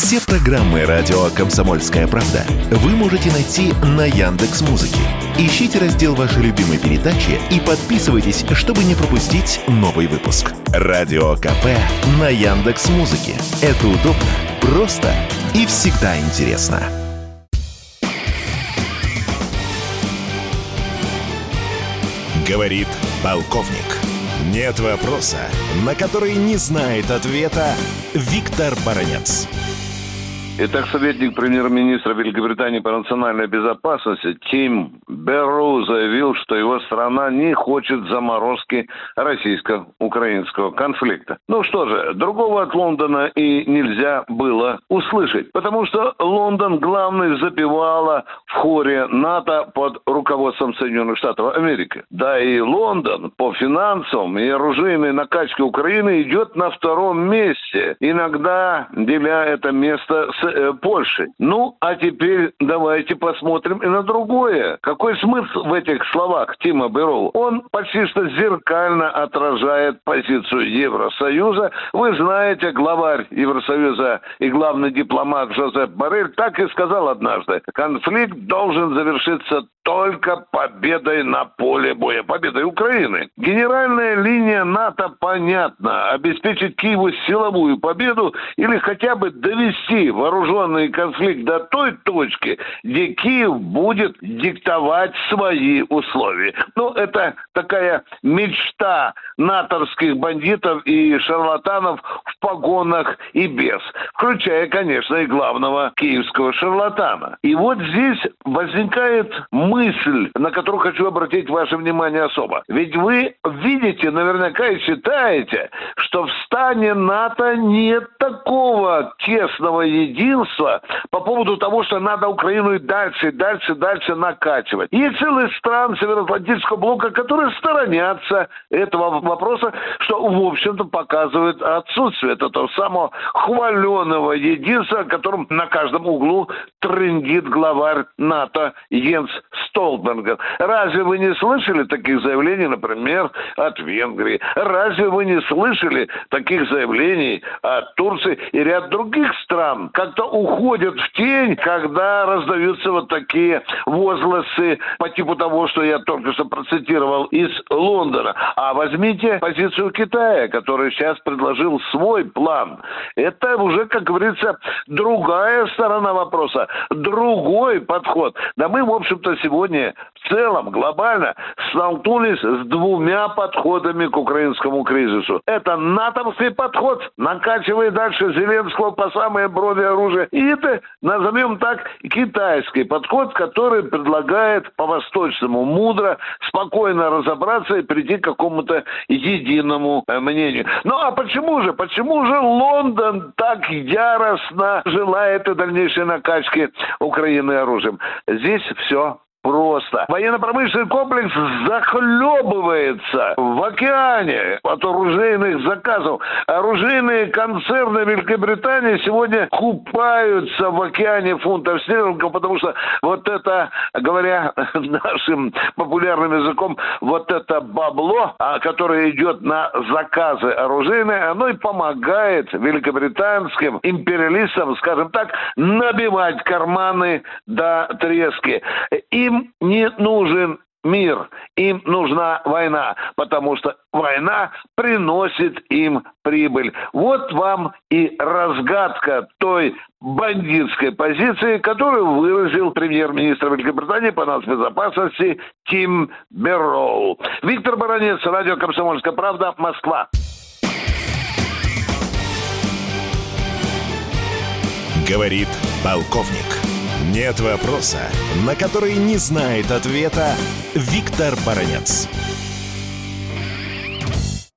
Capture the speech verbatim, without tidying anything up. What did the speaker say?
Все программы радио «Комсомольская правда» вы можете найти на Яндекс.Музыке. Ищите раздел вашей любимой передачи и подписывайтесь, чтобы не пропустить новый выпуск. Радио КП на Яндекс.Музыке. Это удобно, просто и всегда интересно. Говорит полковник. Нет вопроса, на который не знает ответа Виктор Баранец. Итак, советник премьер-министра Великобритании по национальной безопасности Тим Берроу заявил, что его страна не хочет заморозки российско-украинского конфликта. Ну что же, другого от Лондона и нельзя было услышать, потому что Лондон главный запевала в хоре НАТО под руководством Соединенных Штатов Америки. Да и Лондон по финансовым и оружейной накачке Украины идет на втором месте, иногда деля это место с Польши. Ну, а теперь давайте посмотрим и на другое. Какой смысл в этих словах Тима Берроу? Он почти что зеркально отражает позицию Евросоюза. Вы знаете, главарь Евросоюза и главный дипломат Жозеп Боррель так и сказал однажды: конфликт должен завершиться только победой на поле боя, победой Украины. Генеральная линия НАТО понятна: обеспечить Киеву силовую победу или хотя бы довести вооруженный конфликт до той точки, где Киев будет диктовать свои условия. Ну, это такая мечта натовских бандитов и шарлатанов в погонах и без, включая, конечно, и главного киевского шарлатана. И вот здесь возникает мысль, на которую хочу обратить ваше внимание особо. Ведь вы видите наверняка и читаете, что в стане НАТО нет такого тесного единства по поводу того, что надо Украину и дальше, дальше, дальше накачивать. Есть целые страны Североатлантического блока, которые сторонятся этого вопроса, что, в общем-то, показывает отсутствие этого самого хваленого единства, о котором на каждом углу трындит главарь НАТО Йенс Столтенберг. Разве вы не слышали таких заявлений, например, от Венгрии? Разве вы не слышали таких заявлений от Турции и ряд других стран? Как-то уходят в тень, когда раздаются вот такие возгласы по типу того, что я только что процитировал из Лондона. А возьмите позицию Китая, который сейчас предложил свой план. Это уже, как говорится, другая сторона вопроса, другой подход. Да мы, в общем-то, сегодня в целом глобально столкнулись с двумя подходами к украинскому кризису. Это натовский подход, накачивая дальше Зеленского по самые брови оружия. И это, назовем так, китайский подход, который предлагает по-восточному мудро, спокойно разобраться и прийти к какому-то единому мнению. Ну а почему же? Почему же Лондон так яростно желает и дальнейшей накачки Украины оружием? Здесь все просто. Военно-промышленный комплекс захлебывается в океане от оружейных заказов. Оружейные концерны Великобритании сегодня купаются в океане фунтов стерлингов, потому что вот это, говоря нашим популярным языком, вот это бабло, которое идет на заказы оружейные, оно и помогает великобританским империалистам, скажем так, набивать карманы до трески. И Им не нужен мир, им нужна война, потому что война приносит им прибыль. Вот вам и разгадка той бандитской позиции, которую выразил премьер-министр Великобритании по нацбезопасности Тим Берроу. Виктор Баранец, радио «Комсомольская правда», Москва. Говорит полковник. Нет вопроса, на который не знает ответа Виктор Баранец.